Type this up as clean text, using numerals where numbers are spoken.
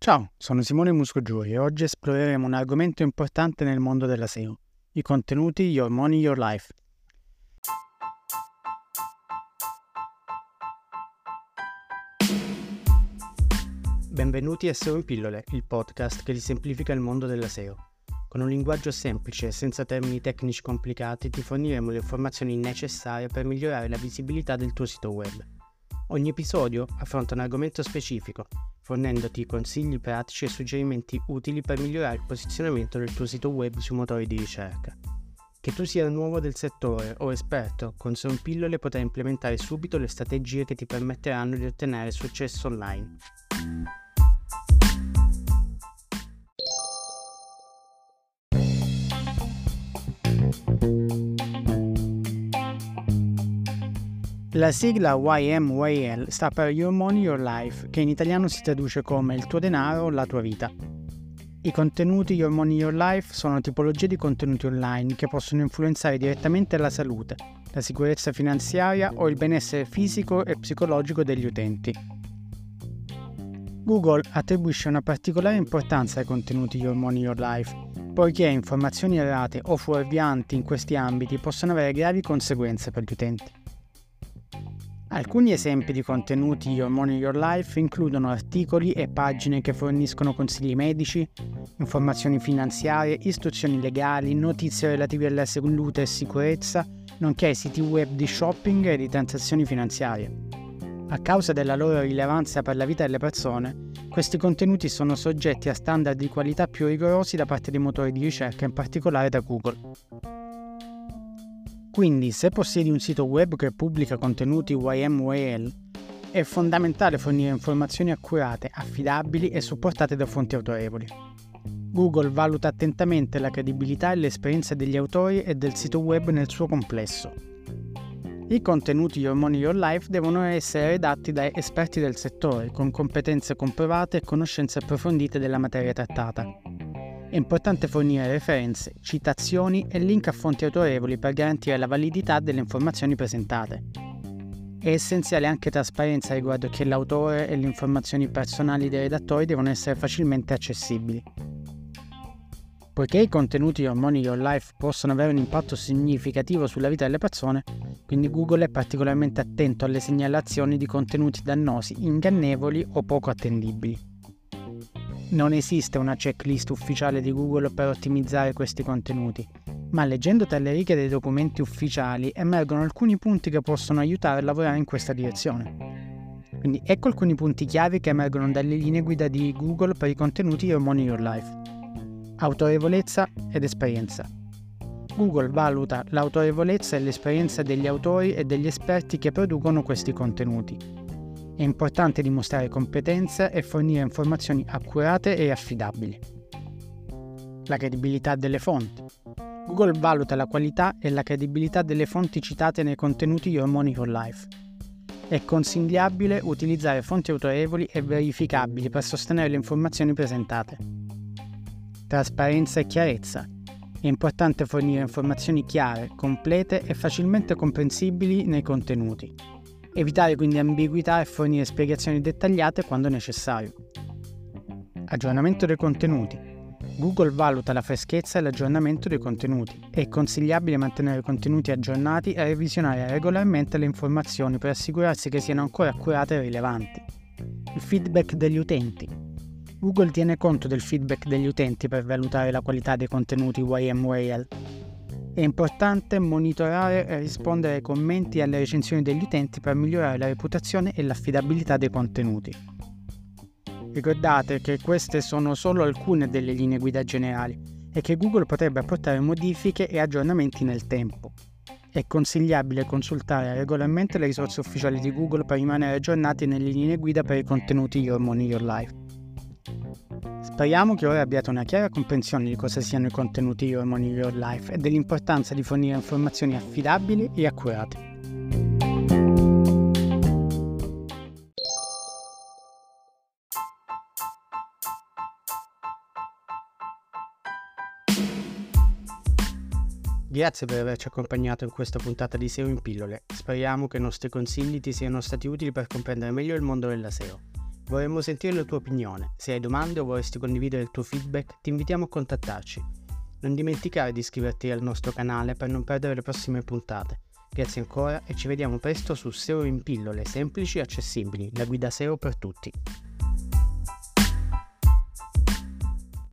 Ciao, sono Simone Muscogiuri e oggi esploreremo un argomento importante nel mondo della SEO, i contenuti Your Money, Your Life. Benvenuti a SEO in pillole, il podcast che ti semplifica il mondo della SEO. Con un linguaggio semplice e senza termini tecnici complicati ti forniremo le informazioni necessarie per migliorare la visibilità del tuo sito web. Ogni episodio affronta un argomento specifico, fornendoti consigli pratici e suggerimenti utili per migliorare il posizionamento del tuo sito web sui motori di ricerca. Che tu sia nuovo del settore o esperto, con SEO in pillole potrai implementare subito le strategie che ti permetteranno di ottenere successo online. La sigla YMYL sta per Your Money, Your Life, che in italiano si traduce come il tuo denaro, la tua vita. I contenuti Your Money, Your Life sono tipologie di contenuti online che possono influenzare direttamente la salute, la sicurezza finanziaria o il benessere fisico e psicologico degli utenti. Google attribuisce una particolare importanza ai contenuti Your Money, Your Life, poiché informazioni errate o fuorvianti in questi ambiti possono avere gravi conseguenze per gli utenti. Alcuni esempi di contenuti Your Money, Your Life includono articoli e pagine che forniscono consigli medici, informazioni finanziarie, istruzioni legali, notizie relative alla salute e sicurezza, nonché siti web di shopping e di transazioni finanziarie. A causa della loro rilevanza per la vita delle persone, questi contenuti sono soggetti a standard di qualità più rigorosi da parte dei motori di ricerca, in particolare da Google. Quindi, se possiedi un sito web che pubblica contenuti YMYL, è fondamentale fornire informazioni accurate, affidabili e supportate da fonti autorevoli. Google valuta attentamente la credibilità e l'esperienza degli autori e del sito web nel suo complesso. I contenuti Your Money, Your Life devono essere redatti da esperti del settore, con competenze comprovate e conoscenze approfondite della materia trattata. È importante fornire referenze, citazioni e link a fonti autorevoli per garantire la validità delle informazioni presentate. È essenziale anche trasparenza riguardo a chi è l'autore e le informazioni personali dei redattori devono essere facilmente accessibili. Poiché i contenuti Your Money, Your Life possono avere un impatto significativo sulla vita delle persone, quindi Google è particolarmente attento alle segnalazioni di contenuti dannosi, ingannevoli o poco attendibili. Non esiste una checklist ufficiale di Google per ottimizzare questi contenuti, ma leggendo tra le righe dei documenti ufficiali emergono alcuni punti che possono aiutare a lavorare in questa direzione. Quindi ecco alcuni punti chiavi che emergono dalle linee guida di Google per i contenuti Your Money, Your Life. Autorevolezza ed esperienza. Google valuta l'autorevolezza e l'esperienza degli autori e degli esperti che producono questi contenuti. È importante dimostrare competenza e fornire informazioni accurate e affidabili. La credibilità delle fonti. Google valuta la qualità e la credibilità delle fonti citate nei contenuti Your Money, Your Life. È consigliabile utilizzare fonti autorevoli e verificabili per sostenere le informazioni presentate. Trasparenza e chiarezza. È importante fornire informazioni chiare, complete e facilmente comprensibili nei contenuti. Evitare quindi ambiguità e fornire spiegazioni dettagliate quando necessario. Aggiornamento dei contenuti. Google valuta la freschezza e l'aggiornamento dei contenuti. È consigliabile mantenere i contenuti aggiornati e revisionare regolarmente le informazioni per assicurarsi che siano ancora accurate e rilevanti. Il feedback degli utenti. Google tiene conto del feedback degli utenti per valutare la qualità dei contenuti YMYL. È importante monitorare e rispondere ai commenti e alle recensioni degli utenti per migliorare la reputazione e l'affidabilità dei contenuti. Ricordate che queste sono solo alcune delle linee guida generali e che Google potrebbe apportare modifiche e aggiornamenti nel tempo. È consigliabile consultare regolarmente le risorse ufficiali di Google per rimanere aggiornati nelle linee guida per i contenuti Your Money, Your Life. Speriamo che ora abbiate una chiara comprensione di cosa siano i contenuti Your Money, Your Life e dell'importanza di fornire informazioni affidabili e accurate. Grazie per averci accompagnato in questa puntata di SEO in pillole. Speriamo che i nostri consigli ti siano stati utili per comprendere meglio il mondo della SEO. Vorremmo sentire la tua opinione. Se hai domande o vorresti condividere il tuo feedback, ti invitiamo a contattarci. Non dimenticare di iscriverti al nostro canale per non perdere le prossime puntate. Grazie ancora e ci vediamo presto su SEO in pillole semplici e accessibili, la guida SEO per tutti.